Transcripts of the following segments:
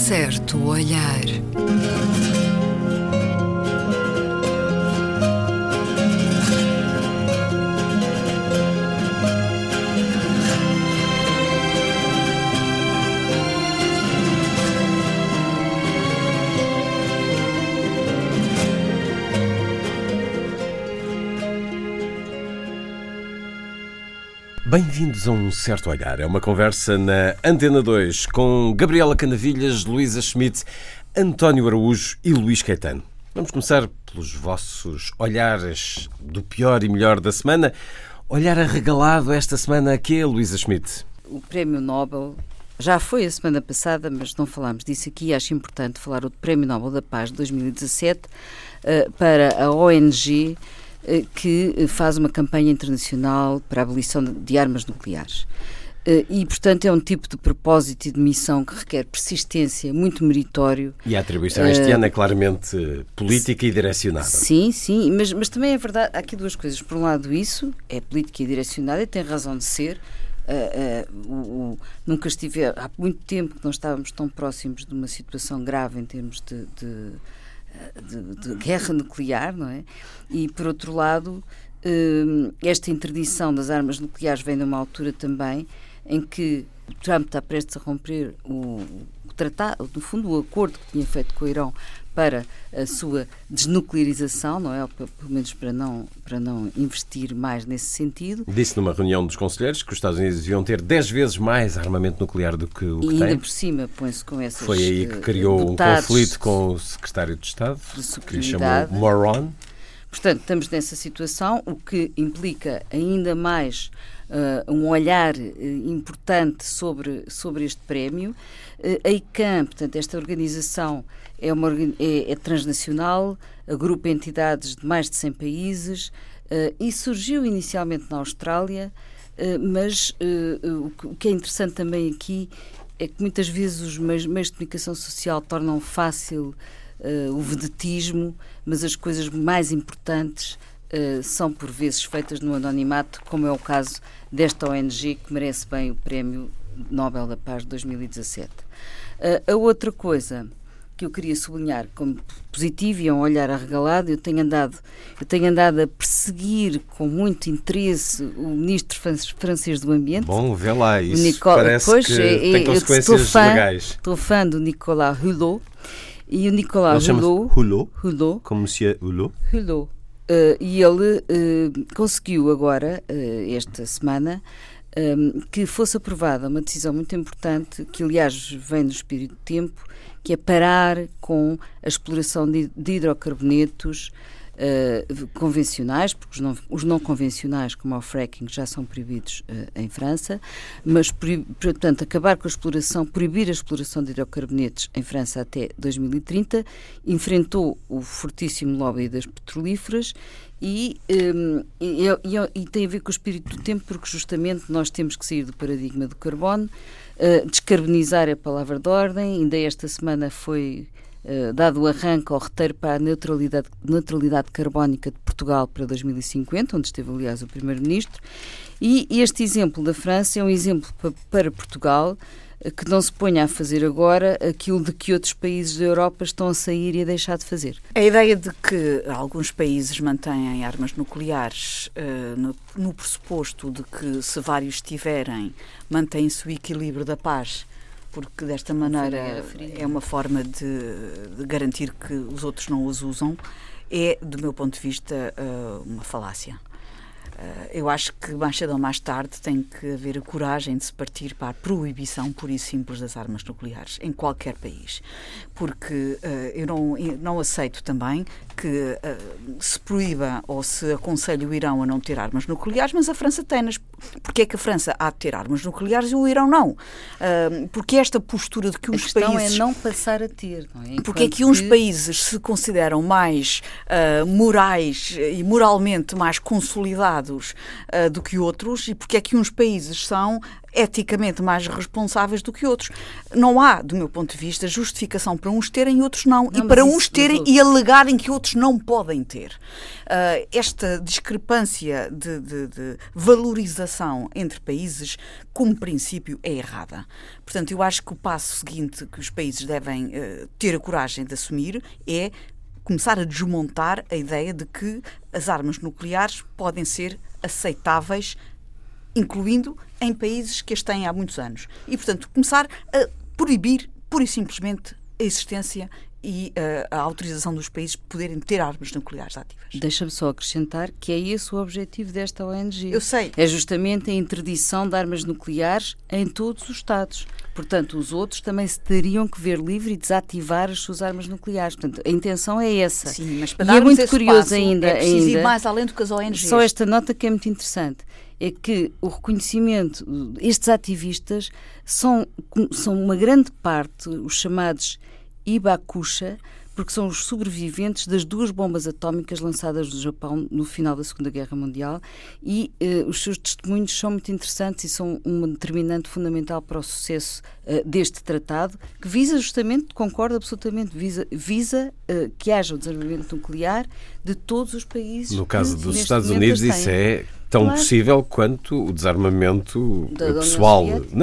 Certo olhar. Bem-vindos a Um Certo Olhar. É uma conversa na Antena 2 com Gabriela Canavilhas, Luísa Schmidt, António Araújo e Luís Caetano. Vamos começar pelos vossos olhares do pior e melhor da semana. Olhar arregalado esta semana a quê, Luísa Schmidt? O Prémio Nobel já foi a semana passada, mas não falámos disso aqui. Acho importante falar do Prémio Nobel da Paz de 2017 para a ONG que faz uma campanha internacional para a abolição de armas nucleares. E, portanto, é um tipo de propósito e de missão que requer persistência, muito meritório. E a atribuição este ano é claramente política e direcionada. Sim, mas também é verdade, há aqui duas coisas. Por um lado, isso é política e direcionada e tem razão de ser. Nunca estive, há muito tempo que não estávamos tão próximos de uma situação grave em termos de guerra nuclear, não é? E, por outro lado, esta interdição das armas nucleares vem numa altura também em que o Trump está prestes a romper o tratado, no fundo, o acordo que tinha feito com o Irão para a sua desnuclearização, não é? Ou, pelo menos para não investir mais nesse sentido. Disse numa reunião dos conselheiros que os Estados Unidos deviam ter 10 vezes mais armamento nuclear do que o que têm. E ainda tem. por cima põe-se com essas Foi aí que criou um conflito com o secretário de Estado, que lhe chamou moron. Portanto, estamos nessa situação, o que implica ainda mais um olhar importante sobre este prémio. A ICANN, portanto, esta organização é transnacional, agrupa entidades de mais de 100 países e surgiu inicialmente na Austrália, mas o que é interessante também aqui é que muitas vezes os meios de comunicação social tornam fácil o vedetismo, mas as coisas mais importantes são por vezes feitas no anonimato, como é o caso desta ONG que merece bem o Prémio Nobel da Paz de 2017. A outra coisa que eu queria sublinhar como positivo e é um olhar arregalado, eu tenho andado a perseguir com muito interesse o ministro francês do Ambiente. Bom, vê lá, isso parece que tem consequências legais. Estou fã do Nicolas Hulot. E o Nicolas Hulot, como Monsieur Hulot. E ele conseguiu agora, esta semana, que fosse aprovada uma decisão muito importante, que aliás vem do espírito do tempo, que é parar com a exploração de hidrocarbonetos convencionais, porque os não convencionais, como o fracking, já são proibidos em França, mas, portanto, acabar com a exploração, proibir a exploração de hidrocarbonetos em França até 2030, enfrentou o fortíssimo lobby das petrolíferas e tem a ver com o espírito do tempo, porque justamente nós temos que sair do paradigma do carbono, descarbonizar é a palavra de ordem. Ainda esta semana foi dado o arranque ao roteiro para a neutralidade carbónica de Portugal para 2050, onde esteve, aliás, o Primeiro-Ministro. E este exemplo da França é um exemplo para Portugal, que não se ponha a fazer agora aquilo de que outros países da Europa estão a sair e a deixar de fazer. A ideia de que alguns países mantêm armas nucleares no pressuposto de que, se vários tiverem, mantém-se o equilíbrio da paz, porque desta maneira é uma forma de garantir que os outros não os usam, é, do meu ponto de vista, uma falácia. Eu acho que mais cedo ou mais tarde tem que haver a coragem de se partir para a proibição pura e simples das armas nucleares em qualquer país, porque eu não aceito também que se proíba ou se aconselhe o Irão a não ter armas nucleares, mas a França tem-nas. Porque é que a França há de ter armas nucleares e o Irão não? Porque esta postura de que os países... A questão é não passar a ter, não é? Porque é que uns países se consideram mais morais e moralmente mais consolidados do que outros, e porque é que uns países são eticamente mais responsáveis do que outros. Não há, do meu ponto de vista, justificação para uns terem e outros não. E para uns terem e alegarem que outros não podem ter. Esta discrepância de valorização entre países, como princípio, é errada. Portanto, eu acho que o passo seguinte que os países devem ter a coragem de assumir é começar a desmontar a ideia de que as armas nucleares podem ser aceitáveis, incluindo em países que as têm há muitos anos. E, portanto, começar a proibir, pura e simplesmente, a existência e a autorização dos países poderem ter armas nucleares ativas. Deixa-me só acrescentar que é esse o objetivo desta ONG. Eu sei. É justamente a interdição de armas nucleares em todos os Estados. Portanto, os outros também se teriam que ver livre e desativar as suas armas nucleares. Portanto, a intenção é essa. Sim, mas para darmos é muito esse curioso passo, ainda. É preciso ir mais além do que as ONGs. Só esta nota que é muito interessante. É que o reconhecimento, estes ativistas são uma grande parte, os chamados Hibakusha, porque são os sobreviventes das 2 bombas atómicas lançadas no Japão no final da Segunda Guerra Mundial e os seus testemunhos são muito interessantes e são uma determinante fundamental para o sucesso deste tratado, que visa justamente, concordo absolutamente, visa que haja o desenvolvimento nuclear de todos os países. No caso dos Estados Unidos, isso é tão possível quanto o desarmamento pessoal,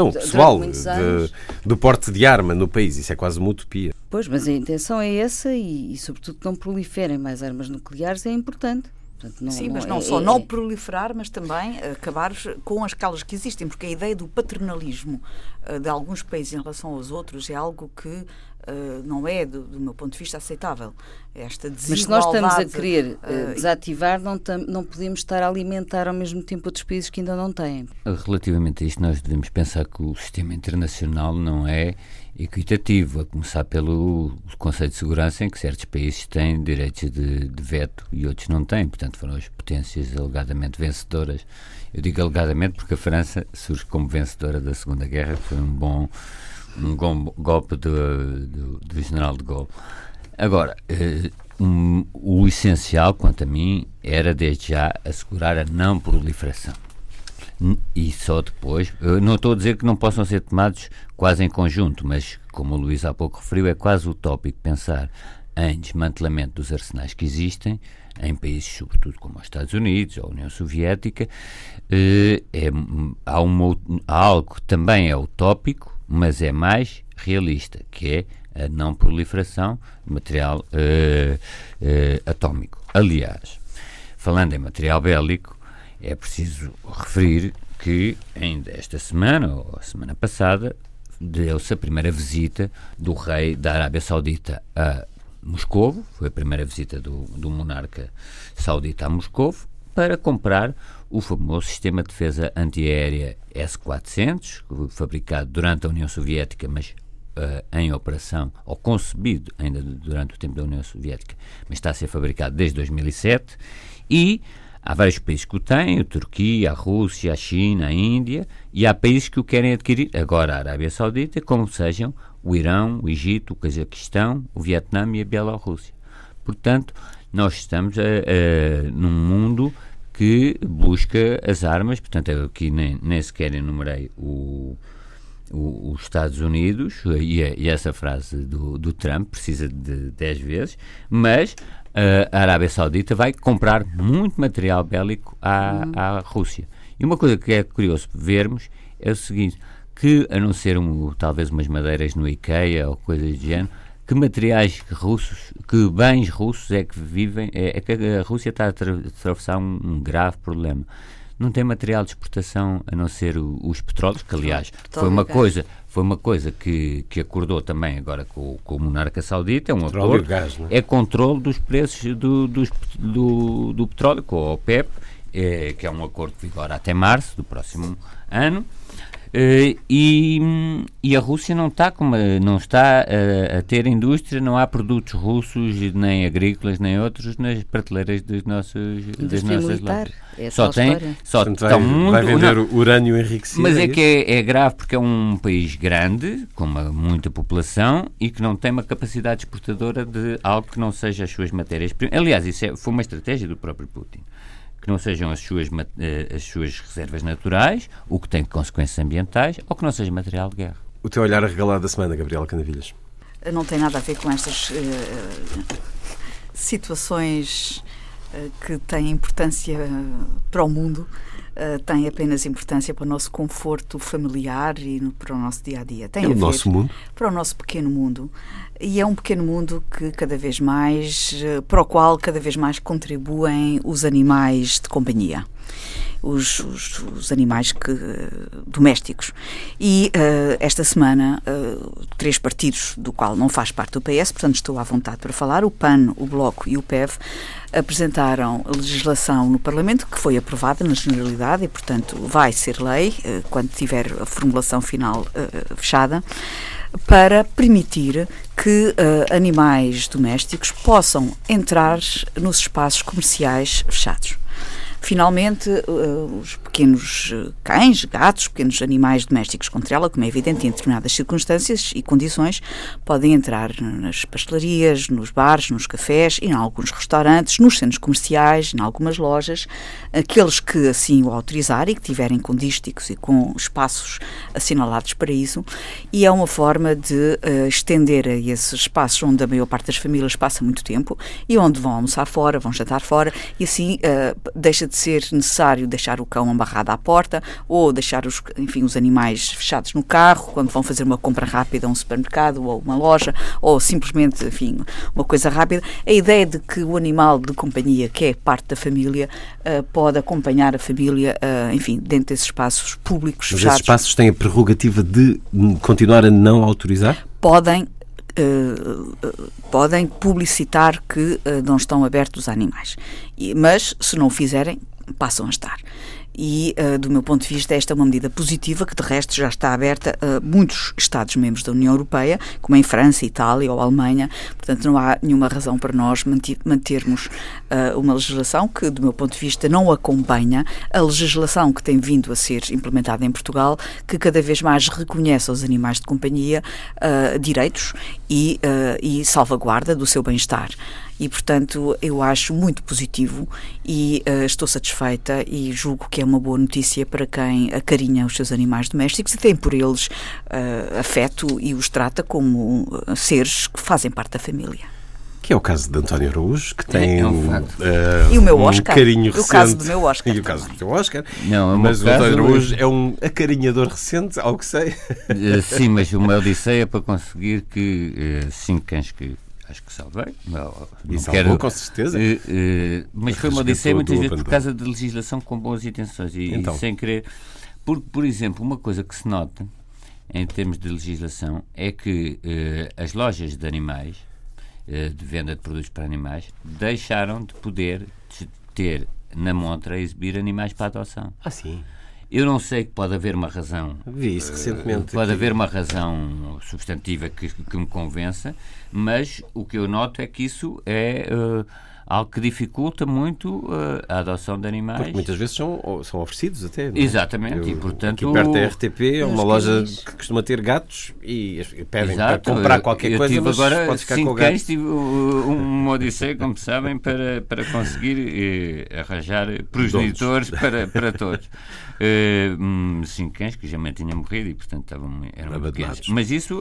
do porte de arma no país. Isso é quase uma utopia. Pois, mas a intenção é essa e sobretudo, que não proliferem mais armas nucleares é importante. Portanto, sim, mas não só não proliferar, mas também acabar com as escalas que existem, porque a ideia do paternalismo de alguns países em relação aos outros é algo que não é, do meu ponto de vista, aceitável. Esta desigualdade... Mas se nós estamos a querer desativar, não podemos estar a alimentar ao mesmo tempo outros países que ainda não têm. Relativamente a isto, nós devemos pensar que o sistema internacional não é equitativo, a começar pelo Conselho de Segurança, em que certos países têm direitos de veto e outros não têm. Portanto, foram as potências alegadamente vencedoras. Eu digo alegadamente porque a França surge como vencedora da Segunda Guerra, foi um golpe do general de Gaulle. Agora, o essencial, quanto a mim, era desde já assegurar a não proliferação. E só depois, eu não estou a dizer que não possam ser tomados quase em conjunto, mas como o Luís há pouco referiu, é quase utópico pensar em desmantelamento dos arsenais que existem em países, sobretudo como os Estados Unidos ou a União Soviética. Há algo que também é utópico, mas é mais realista, que é a não proliferação de material atómico. Aliás, falando em material bélico, é preciso referir que ainda esta semana, ou a semana passada, deu-se a primeira visita do rei da Arábia Saudita a Moscovo, foi a primeira visita do monarca saudita a Moscovo, para comprar o famoso sistema de defesa antiaérea S-400, fabricado durante a União Soviética, mas em operação, ou concebido ainda durante o tempo da União Soviética, mas está a ser fabricado desde 2007, e há vários países que o têm, a Turquia, a Rússia, a China, a Índia, e há países que o querem adquirir, agora a Arábia Saudita, como sejam o Irão, o Egito, o Cazaquistão, o Vietnã e a Bielorrússia. Portanto, nós estamos num mundo que busca as armas, portanto, eu aqui nem sequer enumerei os Estados Unidos, e essa frase do Trump precisa de 10 vezes, mas a Arábia Saudita vai comprar muito material bélico à Rússia. E uma coisa que é curioso vermos é o seguinte, que a não ser talvez umas madeiras no IKEA ou coisas do género, que materiais russos, que bens russos é que vivem, é que a Rússia está a atravessar um grave problema. Não tem material de exportação a não ser os petróleos, que aliás foi uma coisa que acordou também agora com o monarca saudita, é um acordo, gás, não é? É controle dos preços do petróleo com a OPEP, que é um acordo que vigora até março do próximo ano. E a Rússia não está a ter indústria, não há produtos russos, nem agrícolas, nem outros, nas prateleiras das nossas lojas. Vai vender urânio enriquecido. Mas é que é grave porque é um país grande, com muita população, e que não tem uma capacidade exportadora de algo que não seja as suas matérias-primas. Aliás, isso foi uma estratégia do próprio Putin, que não sejam as suas reservas naturais, o que tem consequências ambientais, ou que não seja material de guerra. O teu olhar arregalado da semana, Gabriela Canavilhas? Não tem nada a ver com estas situações que têm importância para o mundo, tem apenas importância para o nosso conforto familiar e para o nosso dia-a-dia. Tem a ver nosso mundo? Para o nosso pequeno mundo. E é um pequeno mundo que cada vez mais, para o qual cada vez mais contribuem os animais de companhia. Os animais domésticos. E esta semana, 3 partidos, do qual não faz parte do PS, portanto estou à vontade para falar, o PAN, o Bloco e o PEV, apresentaram legislação no Parlamento que foi aprovada na generalidade e, portanto, vai ser lei quando tiver a formulação final fechada, para permitir que animais domésticos possam entrar nos espaços comerciais fechados. Finalmente, os pequenos cães, gatos, pequenos animais domésticos com trela, como é evidente, em determinadas circunstâncias e condições, podem entrar nas pastelarias, nos bares, nos cafés e em alguns restaurantes, nos centros comerciais, em algumas lojas, aqueles que assim o autorizarem e que tiverem com dísticos e com espaços assinalados para isso, e é uma forma de estender a esses espaços onde a maior parte das famílias passa muito tempo e onde vão almoçar fora, vão jantar fora, e assim deixa de ser necessário deixar o cão amarrado à porta ou deixar os animais fechados no carro quando vão fazer uma compra rápida a um supermercado ou uma loja ou simplesmente, uma coisa rápida. A ideia de que o animal de companhia, que é parte da família, pode acompanhar a família, dentro desses espaços públicos fechados. Mas esses espaços têm a prerrogativa de continuar a não autorizar? Podem publicitar que não estão abertos a animais, mas se não o fizerem, passam a estar. E, do meu ponto de vista, esta é uma medida positiva que, de resto, já está aberta a muitos Estados-membros da União Europeia, como em França, Itália ou Alemanha. Portanto, não há nenhuma razão para nós mantermos uma legislação que, do meu ponto de vista, não acompanha a legislação que tem vindo a ser implementada em Portugal, que cada vez mais reconhece aos animais de companhia direitos e salvaguarda do seu bem-estar. E, portanto, eu acho muito positivo e estou satisfeita e julgo que é uma boa notícia para quem acarinha os seus animais domésticos e tem por eles afeto e os trata como seres que fazem parte da família. Que é o caso de António Araújo, que tem e o meu Oscar, carinho recente. O caso do meu Oscar. E o caso do teu Oscar. Não, mas o António Araújo é um acarinhador recente, ao que sei. Sim, mas uma odisseia para conseguir que 5 cães que acho que salvei. Não quero, com certeza. Mas foi uma odisseia muitas vezes por causa de legislação com boas intenções e sem querer. Por exemplo, uma coisa que se nota em termos de legislação é que as lojas de animais, de venda de produtos para animais, deixaram de poder ter na montra exibir animais para adoção. Ah, sim. Eu não sei que pode haver uma razão. Vi isso recentemente. Pode haver uma razão substantiva que me convença, mas o que eu noto é que isso é algo que dificulta muito a adoção de animais. Porque muitas vezes são oferecidos até. Não é? Exatamente. E, portanto, aqui perto da RTP é uma loja que costuma ter gatos e pedem para comprar qualquer coisa, mas agora pode ficar com o gato. Cães, tive uma odisseia, como sabem, para conseguir arranjar progenitores para todos. 5 cães que já me tinham morrido e, portanto, eram pequenos. Mas isso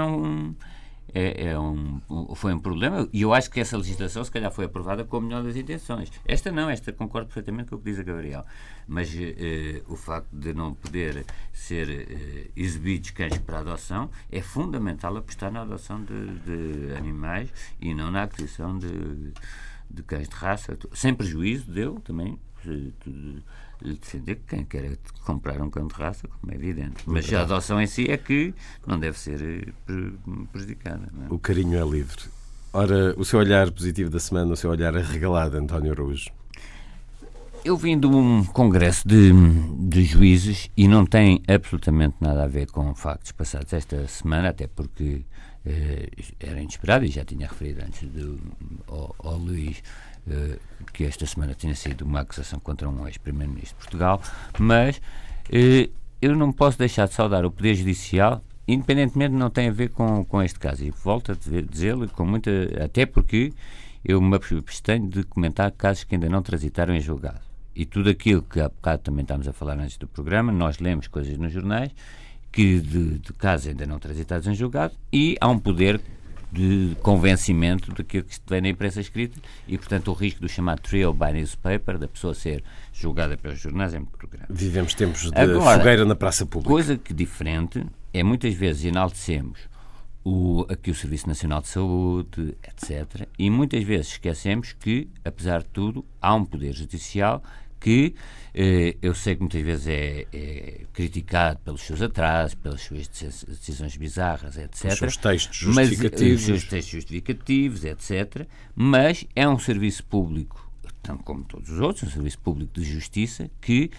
foi um problema e eu acho que essa legislação se calhar foi aprovada com a melhor das intenções. Esta concordo perfeitamente com o que diz a Gabriel, mas o facto de não poder ser exibidos cães para adoção é fundamental apostar na adoção de animais e não na aquisição de cães de raça, sem prejuízo dele também defender que quem quer comprar um cão de raça, como é evidente. Mas a adoção em si é que não deve ser prejudicada. Não é? O carinho é livre. Ora, o seu olhar positivo da semana, o seu olhar arregalado, António Araújo. Eu vim de um congresso de juízes e não tem absolutamente nada a ver com factos passados esta semana, até porque era inesperado e já tinha referido antes ao Luís que esta semana tinha sido uma acusação contra um ex-primeiro-ministro de Portugal, mas eu não posso deixar de saudar o Poder Judicial, independentemente não tem a ver com este caso, e volto a dizê-lo com até porque eu me abstenho de comentar casos que ainda não transitaram em julgado. e tudo aquilo que há bocado também estamos a falar antes do programa, nós lemos coisas nos jornais que de casos ainda não transitados em julgado, e há um poder de convencimento daquilo que se vê na imprensa escrita, e portanto o risco do chamado trial by newspaper, da pessoa ser julgada pelos jornais, é muito grande. Vivemos tempos de fogueira na praça pública. Coisa que diferente é, muitas vezes enaltecemos aqui o Serviço Nacional de Saúde, etc. E muitas vezes esquecemos que, apesar de tudo, há um poder judicial que eu sei que muitas vezes é criticado pelos seus atrasos, pelas suas decisões bizarras, etc. Os seus textos justificativos. etc. Mas é um serviço público, tanto como todos os outros, um serviço público de justiça que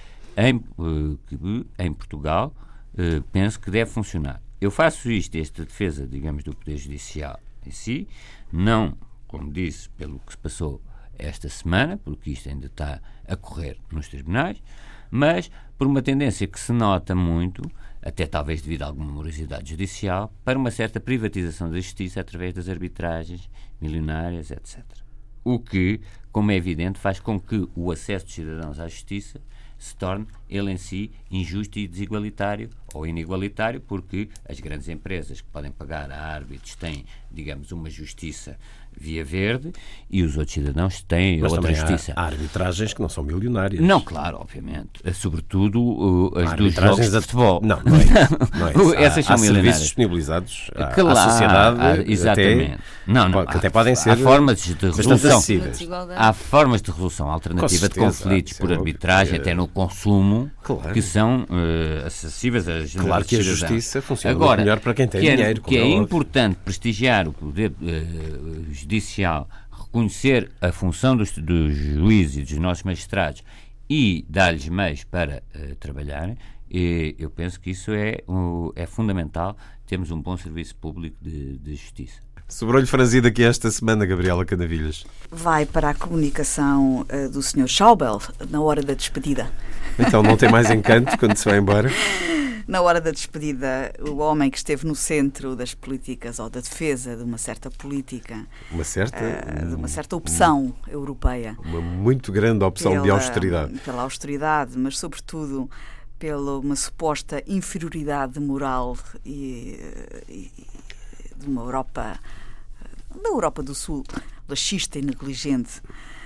em Portugal penso que deve funcionar. Eu faço esta defesa, digamos, do Poder Judicial em si, não, como disse, pelo que se passou esta semana, porque isto ainda está a correr nos tribunais, mas por uma tendência que se nota muito, até talvez devido a alguma morosidade judicial, para uma certa privatização da justiça através das arbitragens milionárias, etc. O que, como é evidente, faz com que o acesso dos cidadãos à justiça se torne, ele em si, injusto e desigualitário ou inigualitário, porque as grandes empresas que podem pagar a árbitros têm, digamos, uma justiça via verde, e os outros cidadãos têm mas outra justiça. Há arbitragens que não são milionárias. Não, claro, obviamente. Sobretudo as dos jogos de futebol. Não é isso. Não é isso. Essas são há milionárias. Serviços disponibilizados à sociedade, exatamente. Que até podem ser há formas de resolução. Há formas de resolução alternativa de conflitos por arbitragem, até no consumo, que são acessíveis às Claro que a justiça funciona muito melhor para quem tem dinheiro. Que é importante prestigiar o poder judicial, reconhecer a função dos juízes e dos nossos magistrados e dar-lhes meios para trabalharem. E eu penso que isso é fundamental, termos um bom serviço público de justiça. Sobrou-lhe franzida aqui esta semana, Gabriela Canavilhas. Vai para a comunicação do Sr. Schäuble na hora da despedida. Então não tem mais encanto quando se vai embora? Na hora da despedida, o homem que esteve no centro das políticas ou da defesa de uma certa política, de uma certa opção europeia. Uma muito grande opção de austeridade. Pela austeridade, mas sobretudo pela uma suposta inferioridade moral e de uma Europa, da Europa do Sul, laxista e negligente,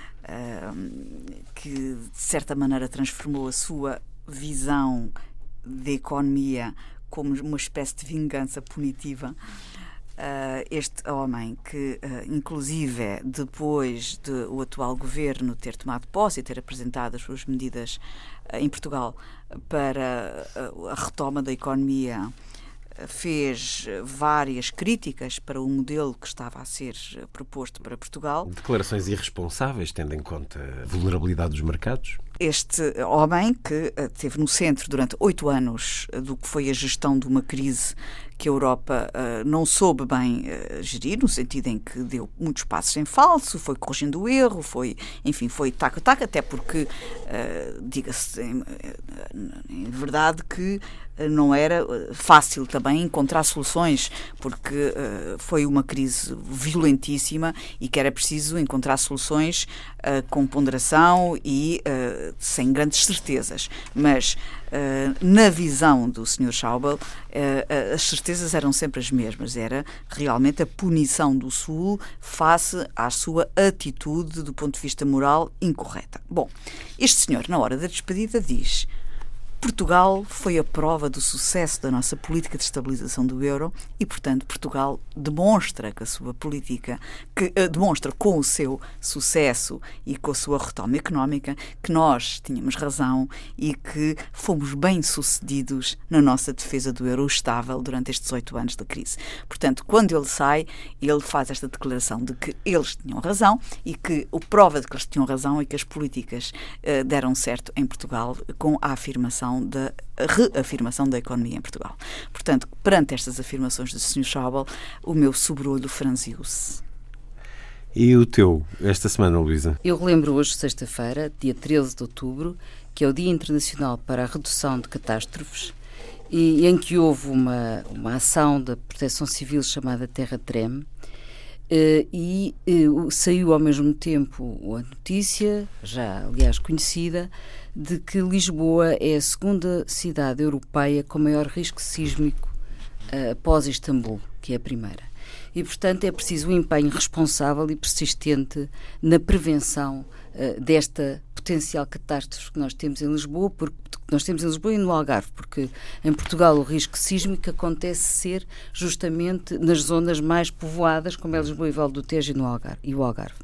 que de certa maneira transformou a sua visão de economia como uma espécie de vingança punitiva. Este homem que, inclusive, depois de o atual governo ter tomado posse e ter apresentado as suas medidas em Portugal para a retoma da economia, fez várias críticas para o modelo que estava a ser proposto para Portugal. Declarações irresponsáveis, tendo em conta a vulnerabilidade dos mercados. Este homem, que esteve no centro durante 8 anos do que foi a gestão de uma crise que a Europa não soube bem gerir, no sentido em que deu muitos passos em falso, foi corrigindo o erro, foi taca-taca, até porque, diga-se em verdade que não era fácil também encontrar soluções, porque foi uma crise violentíssima e que era preciso encontrar soluções com ponderação e sem grandes certezas. Mas, na visão do Sr. Schäuble, as certezas eram sempre as mesmas. Era realmente a punição do Sul face à sua atitude do ponto de vista moral incorreta. Bom, este senhor, na hora da despedida, diz: Portugal foi a prova do sucesso da nossa política de estabilização do euro e, portanto, Portugal demonstra que a sua política, demonstra com o seu sucesso e com a sua retoma económica que nós tínhamos razão e que fomos bem-sucedidos na nossa defesa do euro estável durante estes 8 anos da crise. Portanto, quando ele sai, ele faz esta declaração de que eles tinham razão e que a prova de que eles tinham razão é que as políticas deram certo em Portugal com a reafirmação da economia em Portugal. Portanto, perante estas afirmações do Sr. Schäuble, o meu sobrolho franziu-se. E o teu, esta semana, Luísa? Eu relembro hoje, sexta-feira, dia 13 de outubro, que é o Dia Internacional para a Redução de Catástrofes, e em que houve uma ação da Proteção Civil chamada Terra Treme, Saiu ao mesmo tempo a notícia, já aliás conhecida, de que Lisboa é a segunda cidade europeia com maior risco sísmico após Istambul, que é a primeira. E, portanto, é preciso um empenho responsável e persistente na prevenção desta potencial catástrofe que nós temos em Lisboa, e no Algarve, porque em Portugal o risco sísmico acontece ser justamente nas zonas mais povoadas, como é Lisboa e Vale do Tejo e o Algarve.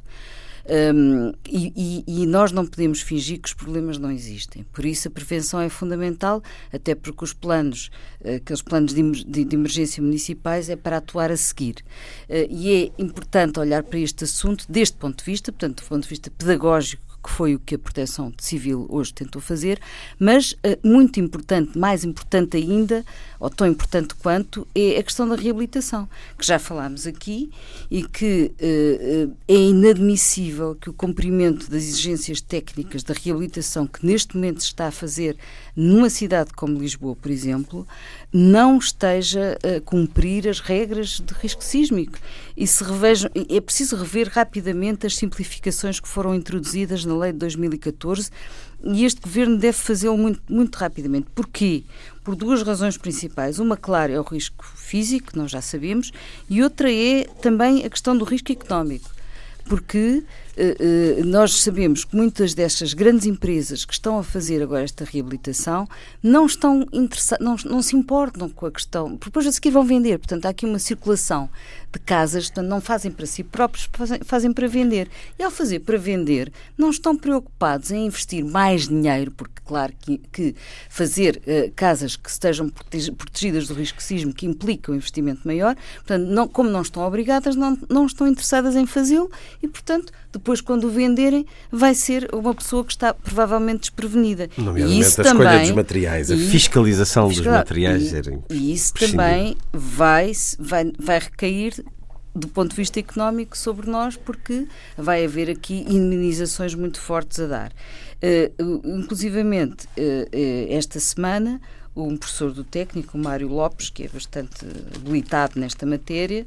E nós não podemos fingir que os problemas não existem. Por isso a prevenção é fundamental, até porque os planos, aqueles planos de emergência municipais, é para atuar a seguir. E é importante olhar para este assunto deste ponto de vista, portanto, do ponto de vista pedagógico, que foi o que a Proteção Civil hoje tentou fazer, mas muito importante, mais importante ainda, ou tão importante quanto, é a questão da reabilitação, que já falámos aqui e que é inadmissível que o cumprimento das exigências técnicas da reabilitação que neste momento se está a fazer numa cidade como Lisboa, por exemplo, não esteja a cumprir as regras de risco sísmico. E é preciso rever rapidamente as simplificações que foram introduzidas na lei de 2014 e este governo deve fazê-lo muito, muito rapidamente. Porquê? Por duas razões principais. Uma, claro, é o risco físico, que nós já sabemos, e outra é também a questão do risco económico. Porque nós sabemos que muitas destas grandes empresas que estão a fazer agora esta reabilitação não estão interessadas, não se importam com a questão, porque depois a seguir vão vender. Portanto, há aqui uma circulação de casas, portanto, não fazem para si próprios, fazem para vender. E ao fazer para vender, não estão preocupados em investir mais dinheiro, porque claro que fazer casas que estejam protegidas do risco sísmico que implica um investimento maior, portanto, como não estão obrigadas, não estão interessadas em fazê-lo e, portanto, depois, quando o venderem, vai ser uma pessoa que está provavelmente desprevenida. Nomeadamente a escolha dos materiais, a fiscalização dos materiais. E isso também vai recair do ponto de vista económico sobre nós, porque vai haver aqui indemnizações muito fortes a dar. Inclusivamente, esta semana, um professor do técnico, o Mário Lopes, que é bastante habilitado nesta matéria,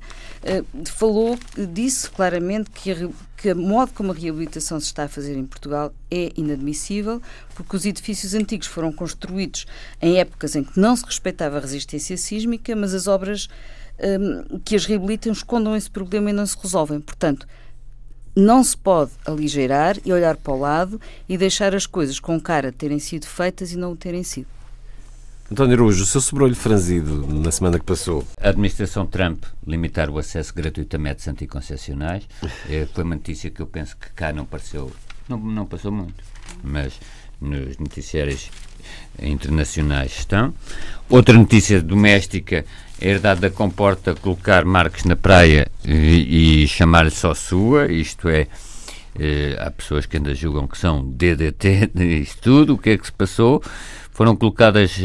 disse claramente que o modo como a reabilitação se está a fazer em Portugal é inadmissível, porque os edifícios antigos foram construídos em épocas em que não se respeitava a resistência sísmica, mas as obras que as reabilitam escondam esse problema e não se resolvem. Portanto, não se pode aligeirar e olhar para o lado e deixar as coisas com cara de terem sido feitas e não o terem sido. António Araújo, o seu sobrolho franzido na semana que passou? A administração Trump limitar o acesso gratuito a métodos anticoncepcionais foi uma notícia que eu penso que cá não passou muito, mas nos noticiários internacionais estão. Outra notícia doméstica, a herdade da Comporta colocar marcos na praia e chamar-lhe só sua, isto é, há pessoas que ainda julgam que são DDT, isto tudo, o que é que se passou? Foram colocados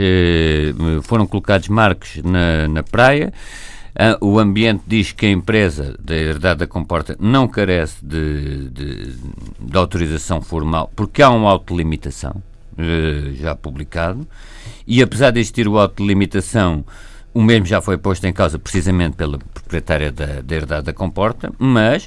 marcos na praia. O ambiente diz que a empresa da herdade da Comporta não carece de autorização formal, porque há um auto de limitação já publicado, e apesar de existir o auto de limitação, o mesmo já foi posto em causa precisamente pela proprietária da herdade da Comporta, mas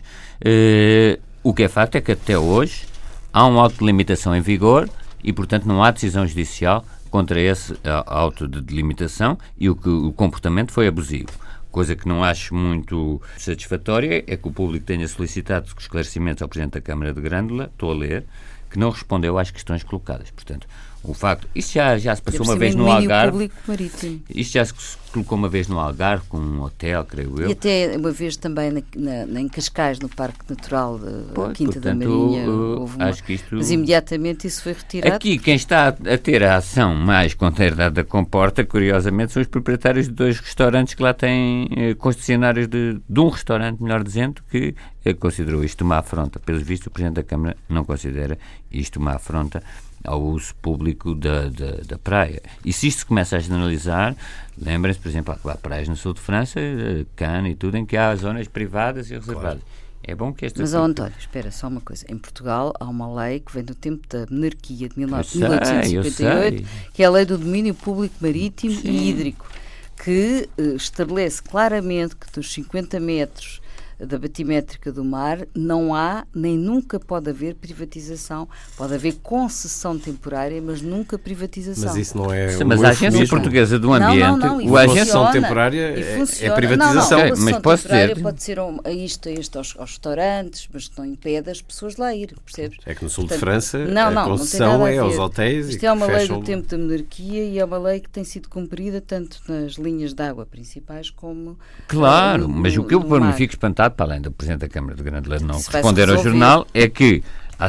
o que é facto é que até hoje há um auto de limitação em vigor e, portanto, não há decisão judicial contra esse auto de delimitação e o comportamento foi abusivo. Coisa que não acho muito satisfatória é que o público tenha solicitado esclarecimentos ao Presidente da Câmara de Grândola, estou a ler, que não respondeu às questões colocadas. Portanto, o facto... Isso já se passou uma vez no Algarve. Isto já se colocou uma vez no Algarve, com um hotel, creio eu. E até uma vez também em Cascais, no Parque Natural da Quinta da Marinha. Acho que isto... Mas imediatamente isso foi retirado. Aqui, quem está a ter a ação mais contra a herdade da Comporta, curiosamente, são os proprietários de 2 restaurantes que lá têm concessionários de um restaurante, melhor dizendo, que considerou isto uma afronta. Pelos vistos, o Presidente da Câmara não considera isto uma afronta ao uso público da praia. E se isto se começa a generalizar, lembrem-se, por exemplo, há praias no sul de França, Cannes e tudo, em que há zonas privadas e reservadas. Claro. É bom que esta... Mas, António, espera, só uma coisa. Em Portugal há uma lei que vem do tempo da monarquia de 1858, que é a Lei do Domínio Público Marítimo e Hídrico, que estabelece claramente que dos 50 metros da batimétrica do mar, não há nem nunca pode haver privatização. Pode haver concessão temporária, mas nunca privatização. Mas isso não é Mas a Agência Portuguesa do Ambiente... Não, a concessão temporária é privatização. Não, mas posso dizer... pode ser isto aos restaurantes, mas não impede as pessoas lá ir, percebes? É que no sul de França a concessão é aos hotéis. Isto é uma lei do tempo da monarquia e é uma lei que tem sido cumprida tanto nas linhas de água principais como... Claro, mas o que eu me fico espantado, para além do Presidente da Câmara de Grândola não responder ao resolver. jornal, é que a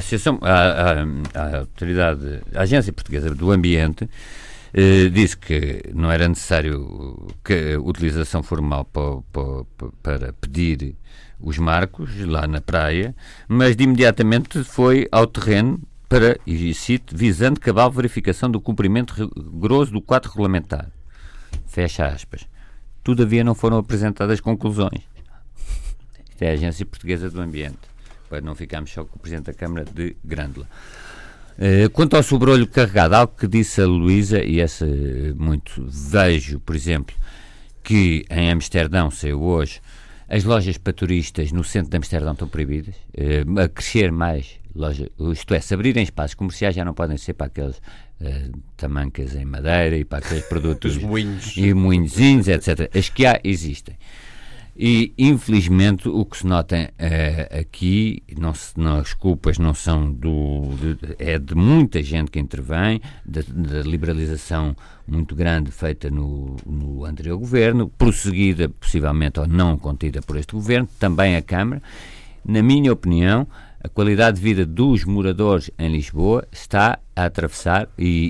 autoridade, a Agência Portuguesa do Ambiente disse que não era necessário que a utilização formal para pedir os marcos lá na praia, mas de imediatamente foi ao terreno para, e cito, visando cabal verificação do cumprimento rigoroso do quadro regulamentar. Fecha aspas. Todavia não foram apresentadas conclusões. Isto é a Agência Portuguesa do Ambiente, para não ficarmos só com o Presidente da Câmara de Grândola. Quanto ao sobrolho carregado, algo que disse a Luísa, e essa muito vejo, por exemplo, que em Amsterdão saiu hoje, as lojas para turistas no centro de Amsterdão estão proibidas, a crescer mais lojas, isto é, se abrirem espaços comerciais já não podem ser para aqueles tamancas em madeira e para aqueles produtos moinhos. E moinhozinhos, etc. As que há existem. E, infelizmente, o que se nota aqui, as culpas não são é de muita gente que intervém, da liberalização muito grande feita no anterior governo, prosseguida, possivelmente, ou não contida por este governo, também a Câmara. Na minha opinião, a qualidade de vida dos moradores em Lisboa está a atravessar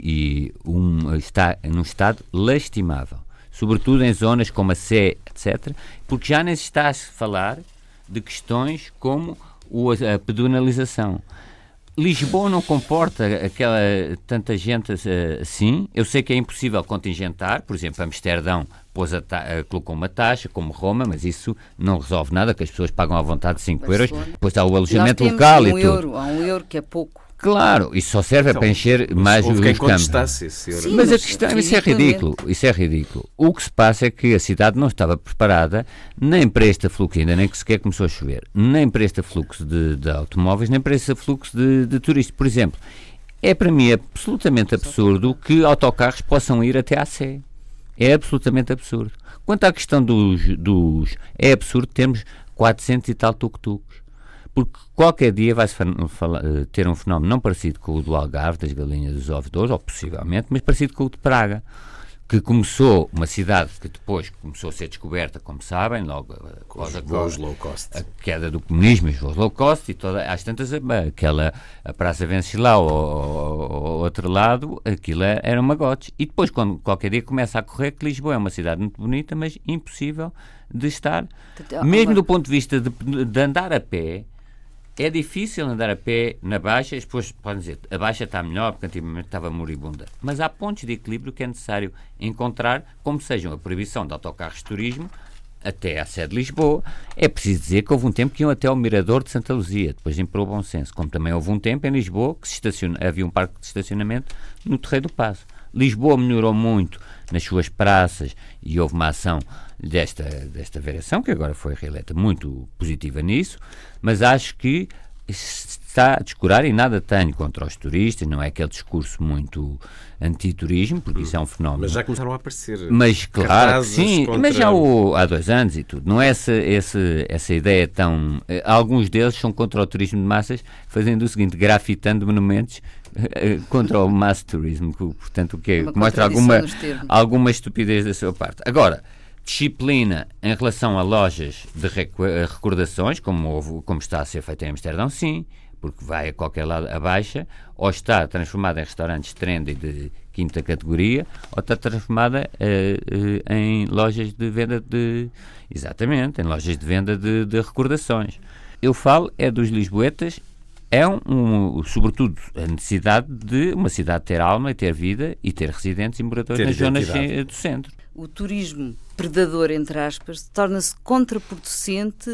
está num estado lastimável. Sobretudo em zonas como a Sé, etc., porque já nem se está a falar de questões como a pedonalização. Lisboa não comporta tanta gente assim. Eu sei que é impossível contingentar, por exemplo, Amsterdão colocou uma taxa, como Roma, mas isso não resolve nada, que as pessoas pagam à vontade 5 euros, depois há o alojamento local e tudo. Há €1 que é pouco. Claro, isso só serve para encher mais os campos. Mas a questão, isso é ridículo. O que se passa é que a cidade não estava preparada nem para este fluxo, ainda nem que sequer começou a chover, nem para este fluxo de automóveis, nem para este fluxo de turistas. Por exemplo, é para mim absolutamente absurdo que autocarros possam ir até à Sé. É absolutamente absurdo. Quanto à questão é absurdo termos 400 e tal tuk-tuks. Porque qualquer dia vai-se ter um fenómeno não parecido com o do Algarve, das galinhas dos ovos de ouro, ou possivelmente, mas parecido com o de Praga, que começou, uma cidade que depois começou a ser descoberta, como sabem, logo após a queda do comunismo, os voos low cost, e às tantas, a Praça Venceslau ao outro lado, aquilo era uma gotes. E depois, quando qualquer dia começa a correr, que Lisboa é uma cidade muito bonita, mas impossível de estar, mesmo do ponto de vista de andar a pé. É difícil andar a pé na Baixa, as pessoas podem dizer a Baixa está melhor porque antigamente estava moribunda, mas há pontos de equilíbrio que é necessário encontrar, como sejam a proibição de autocarros de turismo até à sede de Lisboa. É preciso dizer que houve um tempo que iam até ao Mirador de Santa Luzia, depois imperou o bom senso, como também houve um tempo em Lisboa que havia um parque de estacionamento no Terreiro do Paço. Lisboa melhorou muito nas suas praças e houve uma ação desta variação, que agora foi reeleita, muito positiva nisso, mas acho que está a descurar, e nada tenho contra os turistas, não é aquele discurso muito anti-turismo, porque isso é um fenómeno. Mas já começaram a aparecer. Mas claro que sim, mas já há 2 anos e tudo. Não é essa ideia tão... Alguns deles são contra o turismo de massas, fazendo o seguinte, grafitando monumentos contra o mass turismo, portanto, o que mostra alguma estupidez da sua parte. Agora, disciplina em relação a lojas de recordações, como está a ser feito em Amsterdão, sim, porque vai a qualquer lado a Baixa, ou está transformada em restaurantes trendy de 5ª categoria, ou está transformada em lojas de venda exatamente, em lojas de venda de recordações. Eu falo dos lisboetas, sobretudo a necessidade de uma cidade ter alma e ter vida e ter residentes e moradores nas zonas do centro. O turismo predador, entre aspas, torna-se contraproducente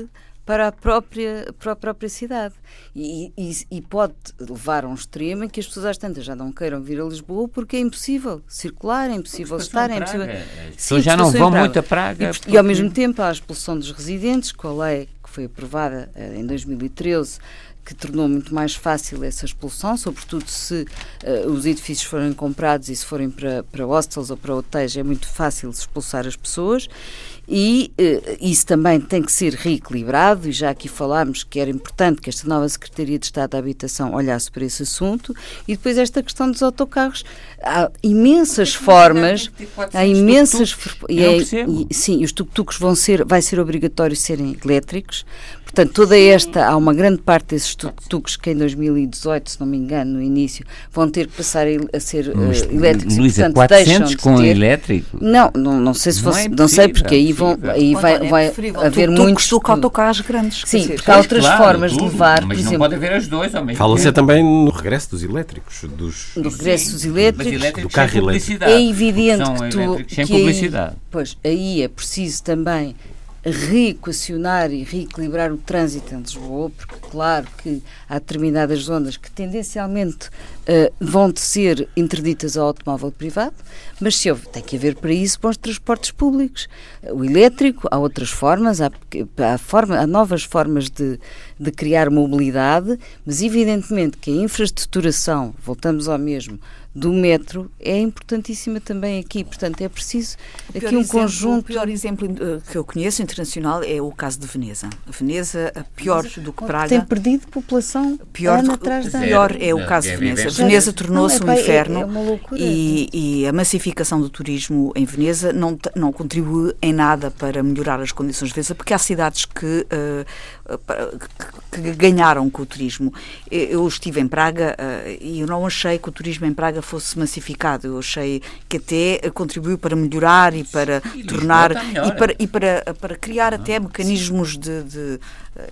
para a própria cidade. E pode levar a um extremo em que as pessoas às tantas já não queiram vir a Lisboa porque é impossível circular, é impossível estar, é impossível... As pessoas já não vão muito a Praga. E ao mesmo tempo há a expulsão dos residentes, com a lei que foi aprovada em 2013, que tornou muito mais fácil essa expulsão, sobretudo se os edifícios forem comprados e se forem para hostels ou para hotéis, é muito fácil expulsar as pessoas. E isso também tem que ser reequilibrado, e já aqui falámos que era importante que esta nova Secretaria de Estado da Habitação olhasse para esse assunto. E depois esta questão dos autocarros. Há imensas formas, há imensas... Sim, os tuk-tuks vai ser obrigatório serem elétricos. Portanto, há uma grande parte desses tuk-tuks que em 2018, se não me engano, no início, vão ter que passar a ser elétricos. Luísa, e, portanto, 400 com elétrico? Não sei se fosse, não sei, porque aí vai haver muitos autocarros grandes. Sim, porque há outras formas de levar, mas por exemplo, não pode haver as duas ao mesmo tempo. Fala-se também no regresso dos elétricos. Do regresso dos elétricos, do carro elétrico. É evidente sem publicidade. Pois, aí é preciso também reequacionar e reequilibrar o trânsito em Lisboa, porque claro que há determinadas zonas que tendencialmente vão ser interditas ao automóvel privado, mas tem que haver para isso bons transportes públicos. O elétrico, há outras formas, há novas formas de criar mobilidade, mas evidentemente que a infraestruturação, voltamos ao mesmo, do metro é importantíssima também aqui, portanto é preciso aqui um conjunto... O pior exemplo que eu conheço internacional é o caso de Veneza. Veneza, pior do que Praga... Tem perdido população ano atrás de ano. Pior é o caso de Veneza. Veneza tornou-se um inferno, é uma loucura. E a massificação do turismo em Veneza não contribui em nada para melhorar as condições de Veneza, porque há cidades que ganharam com o turismo. Eu estive em Praga e eu não achei que o turismo em Praga fosse massificado. Eu achei que até contribuiu para melhorar e para tornar e para criar até mecanismos de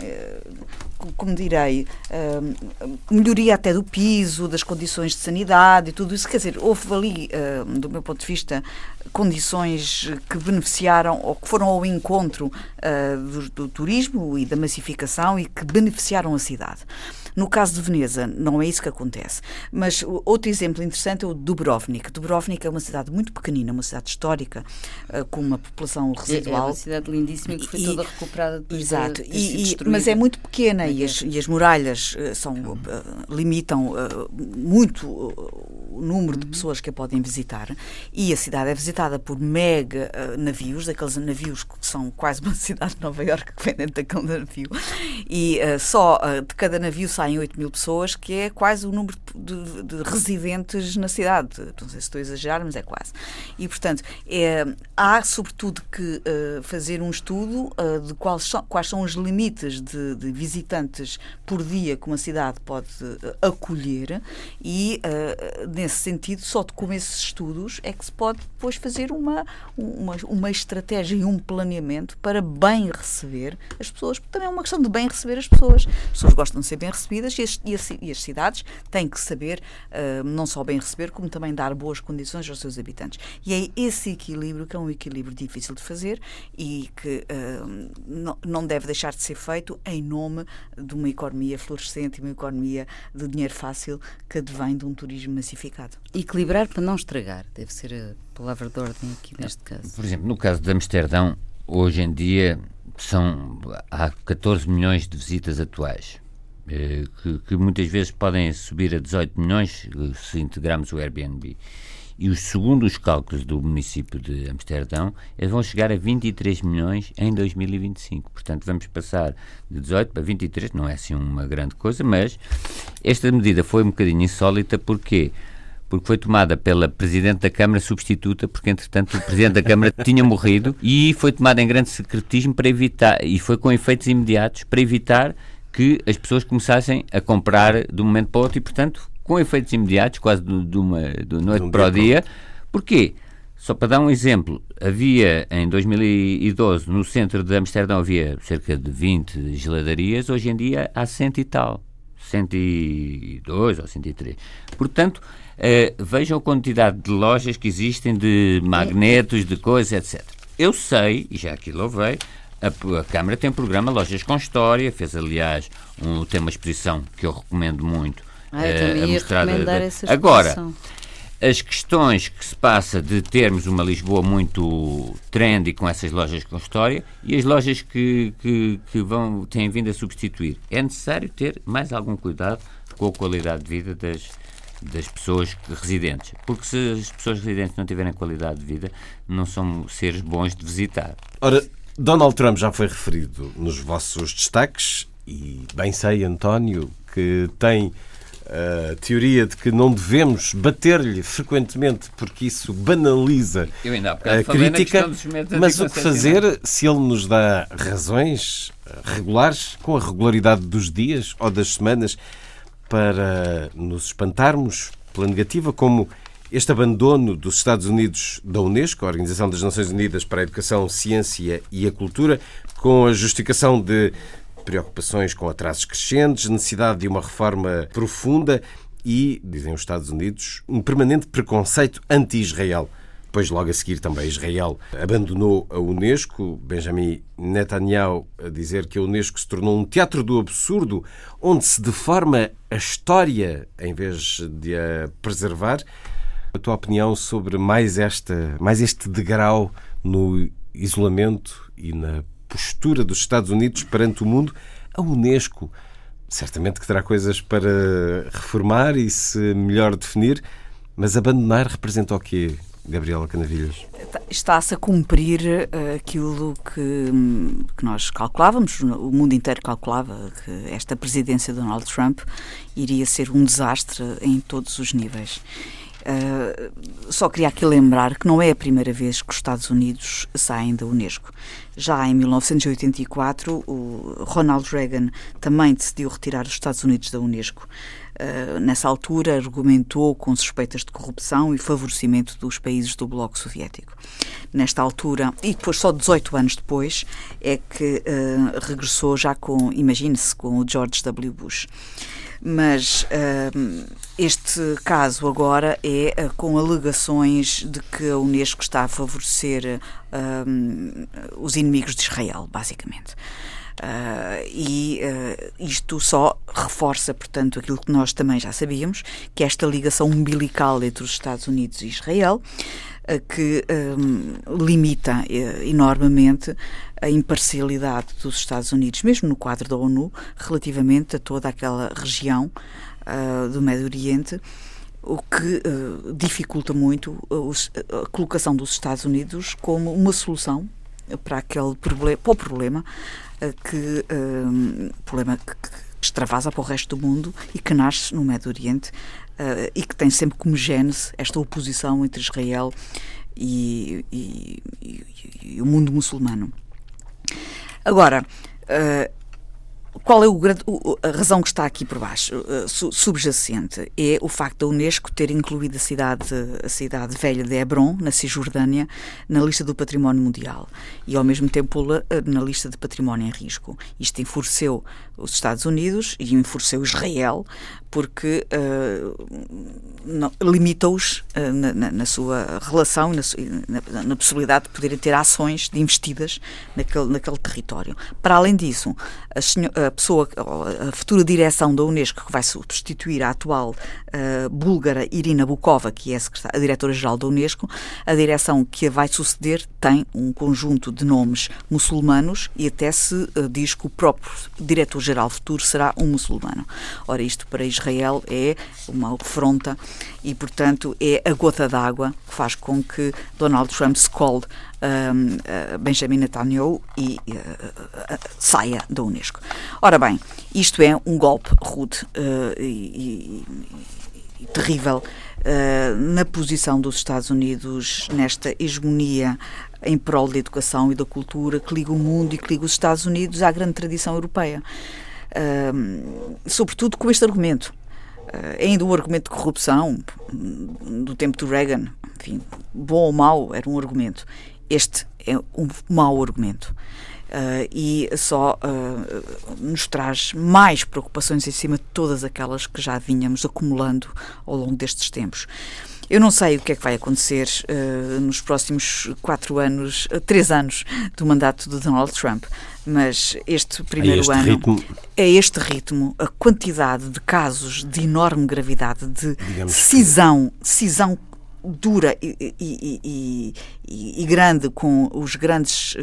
como direi, melhoria até do piso, das condições de sanidade e tudo isso. Quer dizer, houve ali, do meu ponto de vista, condições que beneficiaram ou que foram ao encontro do turismo e da massificação e que beneficiaram a cidade. No caso de Veneza, não é isso que acontece. Mas outro exemplo interessante é o Dubrovnik. Dubrovnik é uma cidade muito pequenina, uma cidade histórica, com uma população residual. É uma cidade lindíssima que foi toda recuperada depois. Exato. Mas é muito pequena e as muralhas limitam muito o número de pessoas que a podem visitar. E a cidade é visitada por mega navios, daqueles navios que são quase uma cidade de Nova Iorque que vem dentro daquele navio. E só de cada navio saem 8.000 pessoas, que é quase o número de residentes na cidade. Não sei se estou a exagerar, mas é quase. E, portanto, há sobretudo que fazer um estudo de quais são os limites de visitantes por dia que uma cidade pode acolher e, nesse sentido, só com esses estudos é que se pode depois fazer uma estratégia e um planeamento para bem receber as pessoas, porque também é uma questão de bem receber as pessoas. As pessoas gostam de ser bem recebidas e as cidades têm que saber não só bem receber, como também dar boas condições aos seus habitantes. E é esse equilíbrio que é um equilíbrio difícil de fazer e que não deve deixar de ser feito em nome de uma economia florescente e uma economia de dinheiro fácil que advém de um turismo massificado. Equilibrar para não estragar, deve ser a palavra de ordem aqui neste caso. Por exemplo, no caso de Amsterdão, hoje em dia há 14 milhões de visitas atuais. Que muitas vezes podem subir a 18 milhões se integrarmos o Airbnb. E segundo os cálculos do município de Amsterdão, eles vão chegar a 23 milhões em 2025. Portanto, vamos passar de 18 para 23, não é assim uma grande coisa, mas esta medida foi um bocadinho insólita. Porquê? Porque foi tomada pela Presidente da Câmara substituta, porque entretanto o Presidente da Câmara tinha morrido, e foi tomada em grande secretismo para evitar, e foi com efeitos imediatos, para evitar que as pessoas começassem a comprar de um momento para o outro e, portanto, com efeitos imediatos, quase de noite para o dia. Porquê? Só para dar um exemplo, havia em 2012, no centro de Amsterdão, havia cerca de 20 geladarias, hoje em dia há 100 e tal, 102 ou 103. Portanto, vejam a quantidade de lojas que existem, de magnetos, de coisas, etc. Eu sei, e já aqui louvei, A Câmara tem um programa Lojas com História, fez aliás tem uma exposição que eu recomendo muito. Eu também ia recomendar essa exposição. Agora, as questões que se passa de termos uma Lisboa muito trendy com essas lojas com história e as lojas que têm vindo a substituir. É necessário ter mais algum cuidado com a qualidade de vida das pessoas residentes. Porque se as pessoas residentes não tiverem qualidade de vida, não são seres bons de visitar. Ora, Donald Trump já foi referido nos vossos destaques e bem sei, António, que tem a teoria de que não devemos bater-lhe frequentemente porque isso banaliza a crítica, mas o que fazer se ele nos dá razões regulares, com a regularidade dos dias ou das semanas, para nos espantarmos pela negativa, como este abandono dos Estados Unidos da Unesco, a Organização das Nações Unidas para a Educação, Ciência e a Cultura, com a justificação de preocupações com atrasos crescentes, necessidade de uma reforma profunda e, dizem os Estados Unidos, um permanente preconceito anti-Israel. Pois logo a seguir também Israel abandonou a Unesco. Benjamin Netanyahu a dizer que a Unesco se tornou um teatro do absurdo, onde se deforma a história em vez de a preservar. A tua opinião sobre mais este degrau no isolamento e na postura dos Estados Unidos perante o mundo? A Unesco certamente que terá coisas para reformar e se melhor definir, mas abandonar representa o quê, Gabriela Canavilhas? Está-se a cumprir aquilo que nós calculávamos, o mundo inteiro calculava, que esta presidência de Donald Trump iria ser um desastre em todos os níveis. Só queria aqui lembrar que não é a primeira vez que os Estados Unidos saem da Unesco. Já em 1984, o Ronald Reagan também decidiu retirar os Estados Unidos da Unesco. Nessa altura, argumentou com suspeitas de corrupção e favorecimento dos países do Bloco Soviético. Nesta altura, e depois só 18 anos depois, é que regressou já imagine-se, com o George W. Bush. Mas este caso agora é com alegações de que a Unesco está a favorecer os inimigos de Israel, basicamente. Isto só reforça, portanto, aquilo que nós também já sabíamos, que esta ligação umbilical entre os Estados Unidos e Israel, que limita enormemente a imparcialidade dos Estados Unidos, mesmo no quadro da ONU, relativamente a toda aquela região do Médio Oriente, o que dificulta muito a colocação dos Estados Unidos como uma solução para o problema que extravasa para o resto do mundo e que nasce no Médio Oriente e que tem sempre como gênese esta oposição entre Israel e o mundo muçulmano. Agora, qual é a razão que está aqui por baixo, subjacente? É o facto da Unesco ter incluído a cidade velha de Hebron, na Cisjordânia, na lista do património mundial e, ao mesmo tempo, na lista de património em risco. Isto enfureceu os Estados Unidos e enfureceu Israel, porque limita-os na sua relação, na possibilidade de poderem ter ações investidas naquele território. Para além disso, a futura direção da Unesco, que vai substituir a atual búlgara Irina Bokova, que é a diretora-geral da Unesco, a direção que a vai suceder tem um conjunto de nomes muçulmanos e até se diz que o próprio diretor-geral futuro será um muçulmano. Ora, isto para Israel é uma afronta e, portanto, é a gota d'água que faz com que Donald Trump se cole Benjamin Netanyahu e saia da Unesco. Ora bem, isto é um golpe rude e terrível na posição dos Estados Unidos nesta hegemonia em prol da educação e da cultura que liga o mundo e que liga os Estados Unidos à grande tradição europeia. Sobretudo com este argumento. Ainda um argumento de corrupção do tempo do Reagan, enfim, bom ou mau, era um argumento. Este é um mau argumento e só nos traz mais preocupações em cima de todas aquelas que já vínhamos acumulando ao longo destes tempos. Eu não sei o que é que vai acontecer nos próximos 3 anos do mandato de Donald Trump, mas este primeiro ano, a este ritmo, a quantidade de casos de enorme gravidade, de cisão dura e grande com as grandes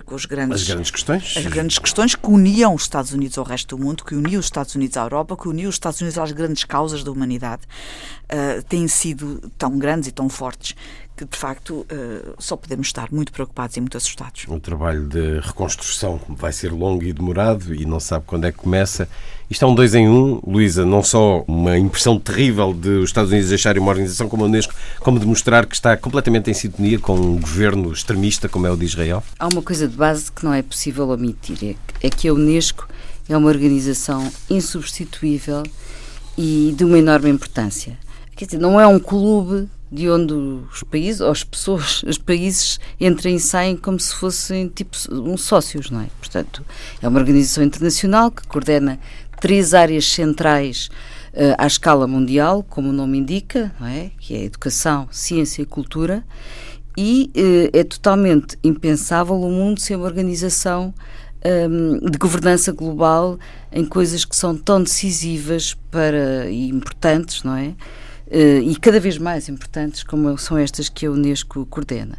questões que uniam os Estados Unidos ao resto do mundo, que uniam os Estados Unidos à Europa, que uniam os Estados Unidos às grandes causas da humanidade, têm sido tão grandes e tão fortes que, de facto, só podemos estar muito preocupados e muito assustados. O trabalho de reconstrução vai ser longo e demorado e não sabe quando é que começa. Isto é um 2 em 1, Luísa, não só uma impressão terrível de os Estados Unidos deixarem uma organização como a Unesco, como de mostrar que está completamente em sintonia com um governo extremista como é o de Israel? Há uma coisa de base que não é possível omitir, é que a Unesco é uma organização insubstituível e de uma enorme importância. Quer dizer, não é um clube de onde os países, ou as pessoas, os países entrem e saem como se fossem tipo sócios, não é? Portanto, é uma organização internacional que coordena 3 áreas centrais à escala mundial, como o nome indica, não é? Que é a educação, ciência e cultura, e é totalmente impensável o mundo ser uma organização de governança global em coisas que são tão decisivas e importantes, não é? E cada vez mais importantes como são estas que a Unesco coordena.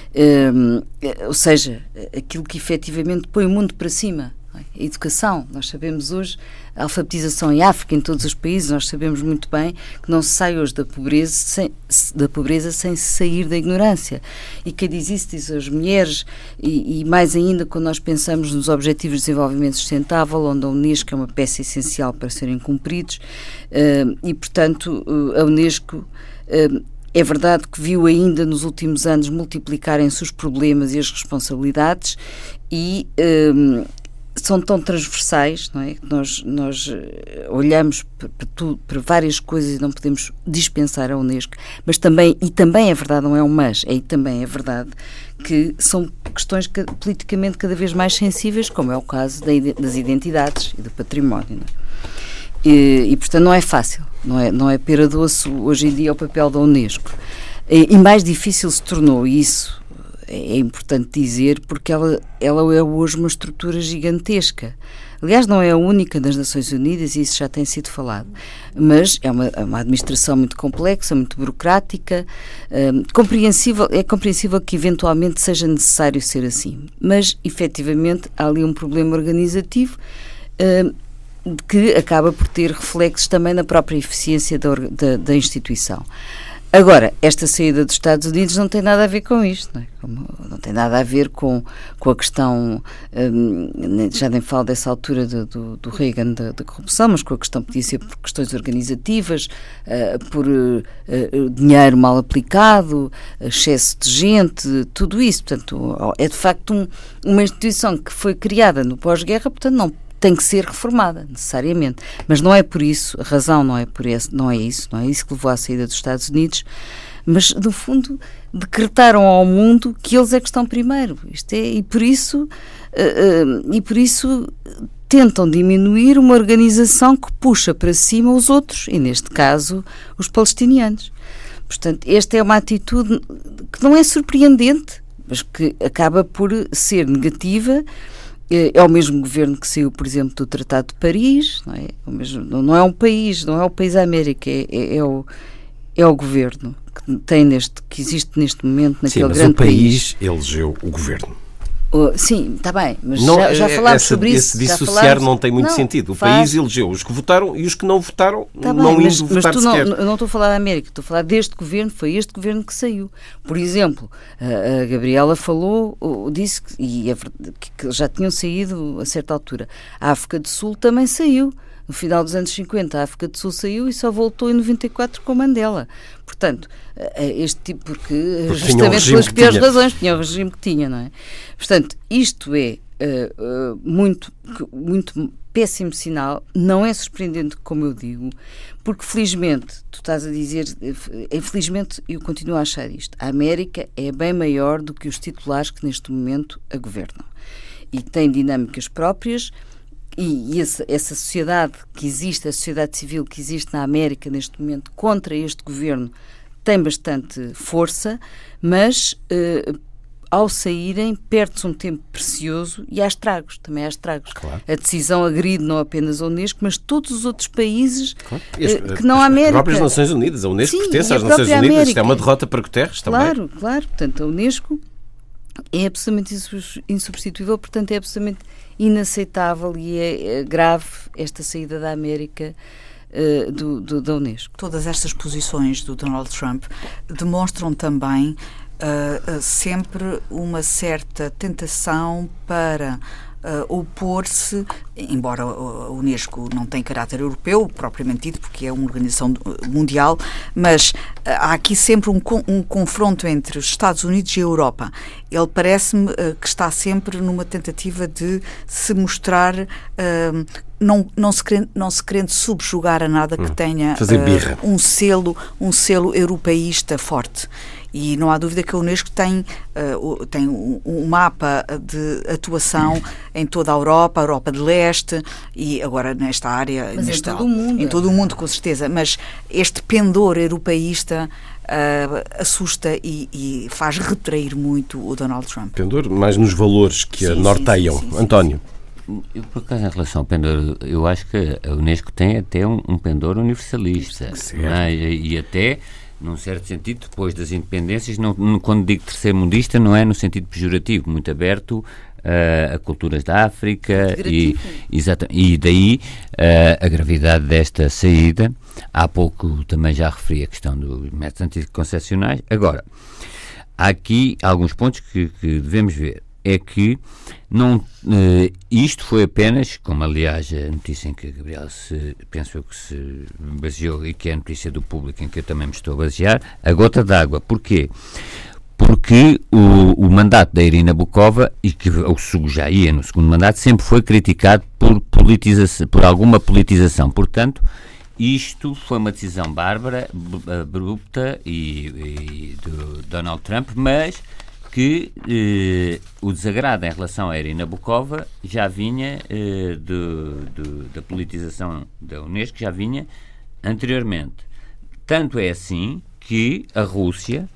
Ou seja, aquilo que efetivamente põe o mundo para cima. A educação, nós sabemos hoje, a alfabetização em África, em todos os países, nós sabemos muito bem que não se sai hoje da pobreza sem se sair da ignorância. E quem diz isso diz as mulheres, e mais ainda quando nós pensamos nos Objetivos de Desenvolvimento Sustentável, onde a Unesco é uma peça essencial para serem cumpridos, e portanto a Unesco é verdade que viu ainda nos últimos anos multiplicarem-se os problemas e as responsabilidades e são tão transversais, não é? Que nós olhamos para várias coisas e não podemos dispensar a Unesco, mas também é verdade, não é um mas, também é verdade que são questões politicamente cada vez mais sensíveis, como é o caso das identidades e do património, não é? E portanto não é fácil, não é pera doce hoje em dia o papel da Unesco. E mais difícil se tornou isso. É importante dizer, porque ela é hoje uma estrutura gigantesca. Aliás, não é a única das Nações Unidas, e isso já tem sido falado, mas é uma administração muito complexa, muito burocrática, compreensível que eventualmente seja necessário ser assim, mas efetivamente há ali um problema organizativo que acaba por ter reflexos também na própria eficiência da instituição. Agora, esta saída dos Estados Unidos não tem nada a ver com isto, não é? Não tem nada a ver com a questão, já nem falo dessa altura do Reagan da corrupção, mas com a questão podia ser por questões organizativas, por dinheiro mal aplicado, excesso de gente, tudo isso. Portanto, é de facto uma instituição que foi criada no pós-guerra, portanto não tem que ser reformada, necessariamente. Mas não é por isso, a razão não é isso que levou à saída dos Estados Unidos, mas, no fundo, decretaram ao mundo que eles é que estão primeiro. E por isso tentam diminuir uma organização que puxa para cima os outros, e neste caso, os palestinianos. Portanto, esta é uma atitude que não é surpreendente, mas que acaba por ser negativa. É o mesmo governo que saiu, por exemplo, do Tratado de Paris, não é? Não é um país, não é o país da América, é o governo que existe neste momento naquele grande país. Sim, mas o país elegeu o governo. Sim, está bem, mas não, já falámos sobre isso. Esse dissociar não tem muito sentido. O país elegeu os que votaram e os que não votaram não indo votar sequer. Eu não estou a falar da América, estou a falar deste governo, foi este governo que saiu. Por exemplo, a Gabriela disse que já tinham saído a certa altura. A África do Sul também saiu. No final dos anos 50, a África do Sul saiu e só voltou em 94 com Mandela. Portanto, este tipo, porque justamente pelas piores razões, tinha o regime que tinha, não é? Portanto, isto é muito péssimo sinal, não é surpreendente, como eu digo, porque felizmente, tu estás a dizer, infelizmente eu continuo a achar isto, a América é bem maior do que os titulares que neste momento a governam. E tem dinâmicas próprias. E essa sociedade que existe, a sociedade civil que existe na América neste momento contra este governo, tem bastante força, mas ao saírem perde-se um tempo precioso e há estragos, também há estragos. Claro. A decisão agride não apenas a Unesco, mas todos os outros países que não as a América. As próprias Nações Unidas, a Unesco pertence às Nações própria Unidas, América. isto é uma derrota para Guterres também. Claro, claro, portanto a Unesco é absolutamente insubstituível, portanto é absolutamente inaceitável e é grave esta saída da América da Unesco. Todas estas posições do Donald Trump demonstram também sempre uma certa tentação para opor-se, embora a Unesco não tenha caráter europeu, propriamente dito, porque é uma organização mundial, mas há aqui sempre um confronto entre os Estados Unidos e a Europa. Ele parece-me que está sempre numa tentativa de se mostrar não se querendo subjugar a nada que tenha um selo europeísta forte. E não há dúvida que a Unesco tem um mapa de atuação em toda a Europa de Leste e agora nesta área. Mas em todo o mundo. Em todo o mundo, com certeza. Mas este pendor europeísta assusta e faz retrair muito o Donald Trump. Pendor, mais nos valores que a norteiam. Sim. António. Eu, por acaso, em relação ao pendor, eu acho que a Unesco tem até um pendor universalista. E até, num certo sentido, depois das independências, quando digo terceiro-mundista, não é no sentido pejorativo, muito aberto a culturas da África e daí a gravidade desta saída. Há pouco também já referi a questão dos métodos anticoncepcionais. Agora, há aqui alguns pontos que devemos ver. É que isto foi apenas, como aliás a notícia em que a Gabriela penso que se baseou e que é a notícia do Público em que eu também me estou a basear, a gota d'água. Porquê? Porque o mandato da Irina Bokova, e que o SUG já ia no segundo mandato, sempre foi criticado por alguma politização. Portanto, isto foi uma decisão bárbara, abrupta e do Donald Trump, mas que o desagrado em relação à Irina Bokova já vinha da politização da Unesco, já vinha anteriormente. Tanto é assim que a Rússia,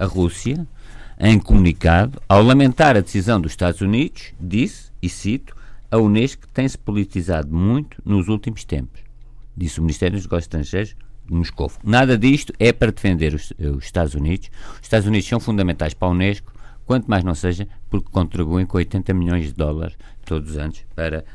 em comunicado, ao lamentar a decisão dos Estados Unidos, disse, e cito, a Unesco tem-se politizado muito nos últimos tempos, disse o Ministério dos Negócios Estrangeiros de Moscou. Nada disto é para defender os Estados Unidos. Os Estados Unidos são fundamentais para a Unesco, quanto mais não seja porque contribuem com 80 milhões de dólares todos os anos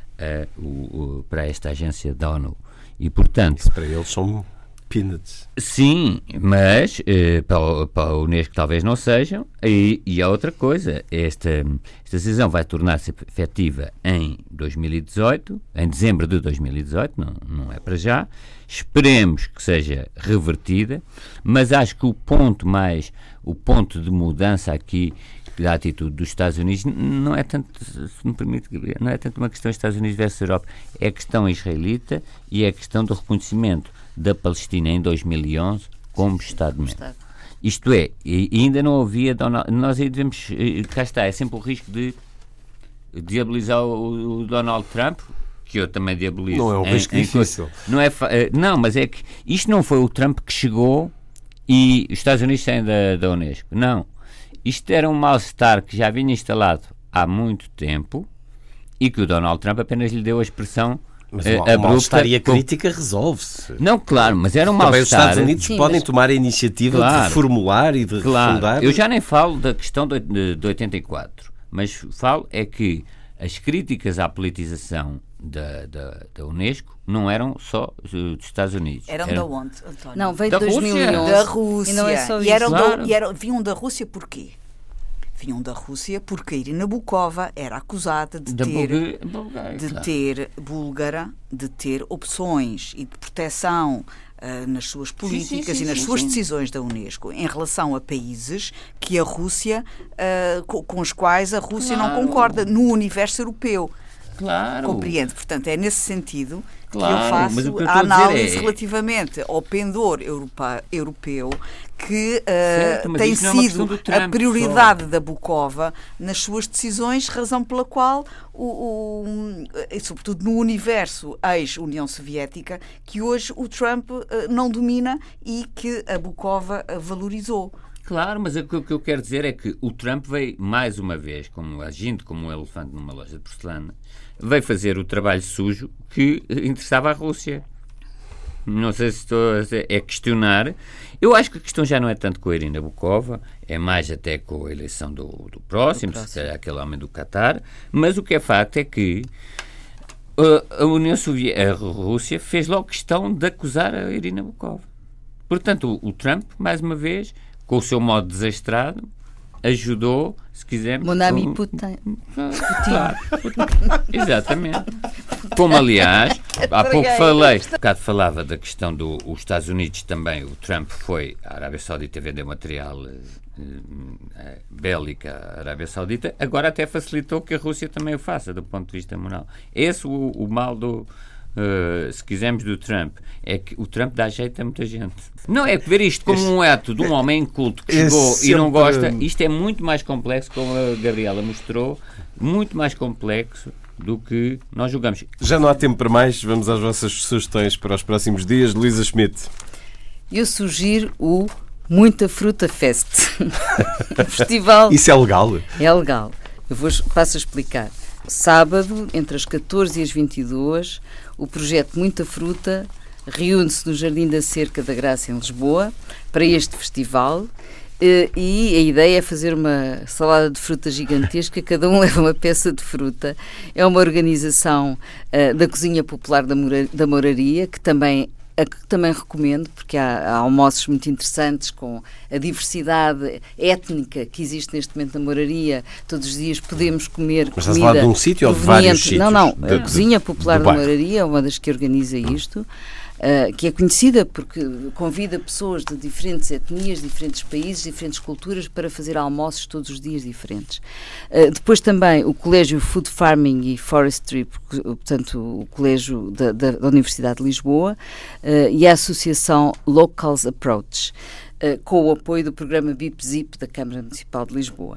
para esta agência da ONU. E, portanto... Isso para eles são peanuts. Sim, mas para a Unesco talvez não sejam. E há outra coisa, esta decisão vai tornar-se efetiva em 2018, em dezembro de 2018, não é para já. Esperemos que seja revertida, mas acho que o ponto de mudança aqui da atitude dos Estados Unidos não é tanto, se me permite, não é tanto uma questão dos Estados Unidos versus Europa, é a questão israelita e é a questão do reconhecimento da Palestina em 2011 como Estado-membro. Isto é, e ainda não havia, nós aí devemos, cá está, é sempre o risco de diabolizar o Donald Trump, que eu também diabolizo. Não é um risco difícil. Não, mas é que isto não foi o Trump que chegou e os Estados Unidos saem da Unesco. Não. Isto era um mal-estar que já vinha instalado há muito tempo e que o Donald Trump apenas lhe deu a expressão mas o mal-estar e a crítica resolve-se. Não, claro, mas era um mal-estar... Também os Estados Unidos podem tomar a iniciativa de reformular e de refundar. Eu já nem falo da questão de 84, mas falo é que as críticas à politização da Unesco não eram só dos Estados Unidos. Eram da onde, António? Não, veio de 2011. Da Rússia. E não é só isso. Vinham da Rússia porquê? Vinham da Rússia porque a Irina Bokova era acusada de ter opções e de proteção nas suas políticas e nas suas decisões da Unesco em relação a países que a Rússia, com os quais a Rússia não concorda no universo europeu. Claro. Compreende? Portanto, é nesse sentido que eu Claro, mas o faço que eu a estou a dizer análise é- relativamente ao pendor europeu, que Certo, mas tem isso não é uma questão sido do Trump a prioridade da Bukova nas suas decisões, razão pela qual, sobretudo no universo ex-União Soviética, que hoje o Trump não domina e que a Bukova valorizou. Claro, mas o que eu quero dizer é que o Trump veio, mais uma vez, agindo como um elefante numa loja de porcelana, veio fazer o trabalho sujo que interessava à Rússia. Não sei se estou a questionar. Eu acho que a questão já não é tanto com a Irina Bokova, é mais até com a eleição do próximo, se calhar aquele homem do Qatar, mas o que é facto é que a Rússia fez logo questão de acusar a Irina Bokova. Portanto, o Trump, mais uma vez, com o seu modo desastrado, ajudou, se quisermos... Mon ami Putin. Claro, exatamente. Como, aliás, há pouco falava da questão dos Estados Unidos também, o Trump foi à Arábia Saudita vender material bélico à Arábia Saudita, agora até facilitou que a Rússia também o faça, do ponto de vista moral. Esse o mal do... se quisermos, do Trump, é que o Trump dá jeito a muita gente. Não é que ver isto como um ato de um homem inculto que chegou e não gosta. Isto é muito mais complexo, como a Gabriela mostrou, muito mais complexo do que nós julgamos. Já não há tempo para mais, vamos às vossas sugestões para os próximos dias. Luísa Schmidt. Eu sugiro o Muita Fruta Fest. O festival... Isso é legal? É legal. Passo a explicar. Sábado, entre as 14 e as 22, o projeto Muita Fruta reúne-se no Jardim da Cerca da Graça, em Lisboa, para este festival. E a ideia é fazer uma salada de fruta gigantesca, cada um leva uma peça de fruta. É uma organização da Cozinha Popular da Moraria, que também recomendo, porque há almoços muito interessantes com a diversidade étnica que existe neste momento na Moraria. Todos os dias podemos comer Mas comida. estás a falar de um sítio ou de vários sítios? Não, a Cozinha Popular da Moraria é uma das que organiza isto, que é conhecida porque convida pessoas de diferentes etnias, diferentes países, diferentes culturas para fazer almoços todos os dias diferentes. Depois também o Colégio Food Farming e Forestry, portanto o Colégio da Universidade de Lisboa, e a Associação Locals Approach, com o apoio do programa BIP-ZIP da Câmara Municipal de Lisboa.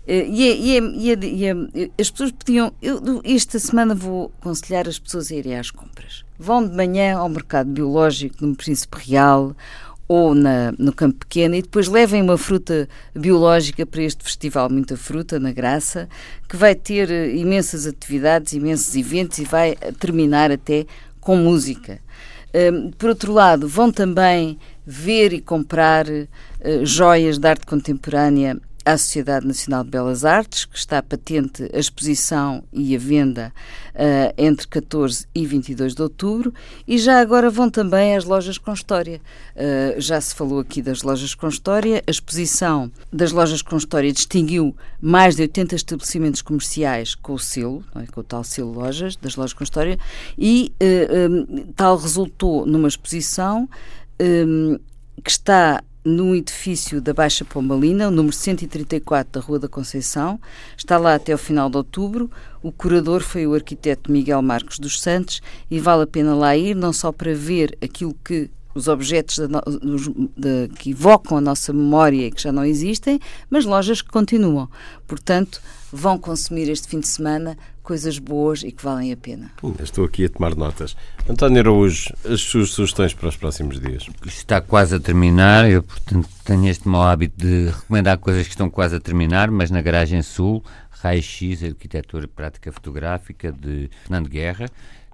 As pessoas podiam... Esta semana vou aconselhar as pessoas a irem às compras. Vão de manhã ao mercado biológico no Príncipe Real ou no Campo Pequeno e depois levem uma fruta biológica para este festival Muita Fruta, na Graça, que vai ter imensas atividades, imensos eventos e vai terminar até com música. Por outro lado, vão também ver e comprar joias de arte contemporânea à Sociedade Nacional de Belas Artes, que está patente a exposição e a venda entre 14 e 22 de outubro, e já agora vão também às lojas com história. Já se falou aqui das lojas com história. A exposição das lojas com história distinguiu mais de 80 estabelecimentos comerciais com o selo, não é, com o tal selo lojas, das lojas com história, e tal resultou numa exposição que está no edifício da Baixa Pombalina, o número 134 da Rua da Conceição. Está lá até o final de outubro. O curador foi o arquiteto Miguel Marcos dos Santos e vale a pena lá ir, não só para ver aquilo que os objetos que evocam a nossa memória e que já não existem, mas lojas que continuam. Portanto, vão consumir este fim de semana coisas boas e que valem a pena. Estou aqui a tomar notas. António Araújo, as suas sugestões para os próximos dias? Está quase a terminar, eu, portanto, tenho este mau hábito de recomendar coisas que estão quase a terminar, mas na Garagem Sul, Raio-X, Arquitetura Prática Fotográfica, de Fernando Guerra.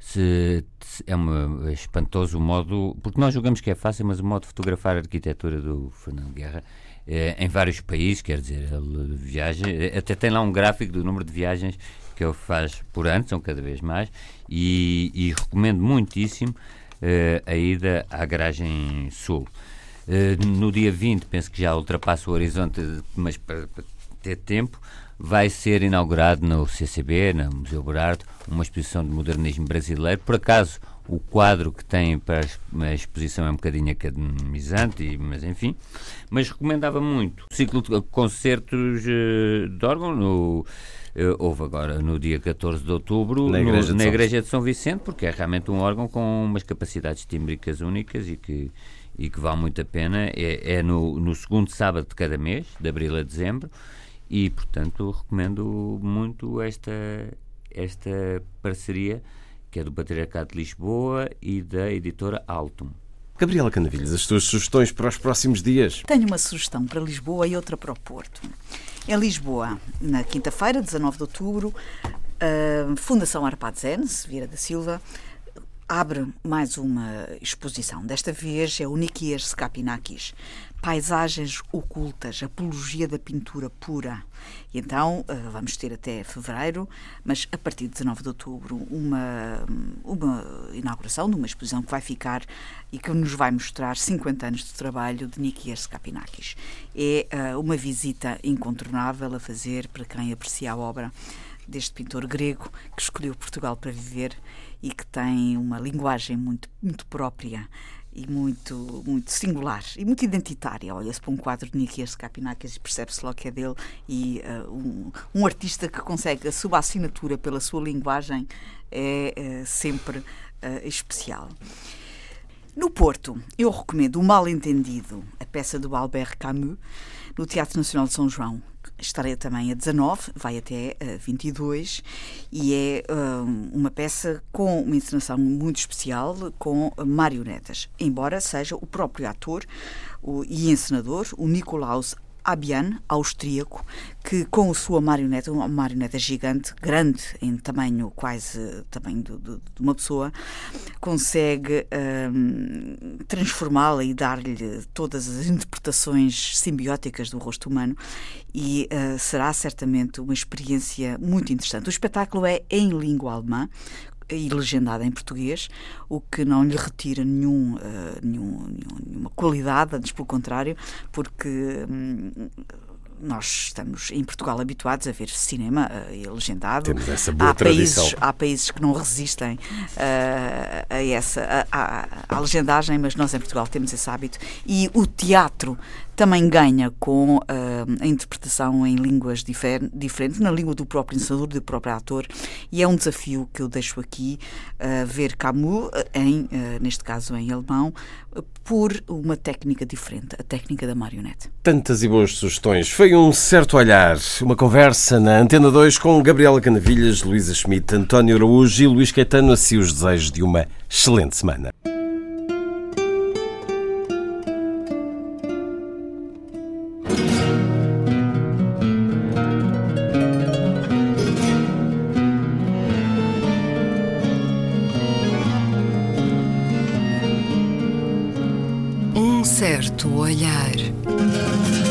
É espantoso o modo, porque nós julgamos que é fácil, mas o modo de fotografar a arquitetura do Fernando Guerra em vários países, quer dizer, ele viaja, até tem lá um gráfico do número de viagens que ele faz por ano, são cada vez mais, e recomendo muitíssimo a ida à Garagem Sul. No dia 20, penso que já ultrapassa o horizonte, mas para ter tempo, vai ser inaugurado no CCB, no Museu Berardo, uma exposição de modernismo brasileiro. Por acaso, o quadro que tem para a exposição é um bocadinho academizante, mas enfim. Mas recomendava muito o ciclo de concertos de órgão houve agora no dia 14 de outubro na Igreja de São Vicente, porque é realmente um órgão com umas capacidades tímbricas únicas e que vale muito a pena. É no segundo sábado de cada mês, de abril a dezembro, e portanto recomendo muito esta parceria, que é do Patriarcado de Lisboa e da editora Altum. Gabriela Canavilhas, as tuas sugestões para os próximos dias? Tenho uma sugestão para Lisboa e outra para o Porto. Em Lisboa, na quinta-feira, 19 de outubro, a Fundação Arpadzene, Vieira da Silva, abre mais uma exposição. Desta vez é o Nikias Skapinakis, Paisagens Ocultas, Apologia da Pintura Pura. E então vamos ter até fevereiro, mas a partir de 19 de outubro, uma inauguração de uma exposição que vai ficar e que nos vai mostrar 50 anos de trabalho de Nikias Skapinakis. É uma visita incontornável a fazer para quem aprecia a obra deste pintor grego que escolheu Portugal para viver e que tem uma linguagem muito, muito própria e muito, muito singular e muito identitária. Olha-se para um quadro de Nikias Skapinakis e percebe-se logo que é dele, e um artista que consegue a sua assinatura pela sua linguagem é sempre especial. No Porto, eu recomendo O Mal Entendido, a peça do Albert Camus, no Teatro Nacional de São João. Estarei também a 19, vai até 22, e é uma peça com uma encenação muito especial, com marionetas, embora seja o próprio ator e encenador, o Nikolaus Abian, austríaco, que com a sua marioneta, uma marioneta gigante, grande em tamanho, quase tamanho de uma pessoa, consegue transformá-la e dar-lhe todas as interpretações simbióticas do rosto humano, e será certamente uma experiência muito interessante. O espetáculo é em língua alemã e legendada em português, o que não lhe retira nenhuma qualidade, antes pelo contrário, porque nós estamos em Portugal habituados a ver cinema legendado. Temos essa boa tradição. Há países que não resistem à legendagem, mas nós em Portugal temos esse hábito, e o teatro também ganha com a interpretação em línguas diferentes, na língua do próprio encenador, do próprio ator, e é um desafio que eu deixo aqui, ver Camus, neste caso em alemão, por uma técnica diferente, a técnica da marionete. Tantas e boas sugestões. Foi um certo olhar, uma conversa na Antena 2 com Gabriela Canavilhas, Luísa Schmidt, António Araújo e Luís Caetano. Assim os desejos de uma excelente semana. Um certo olhar.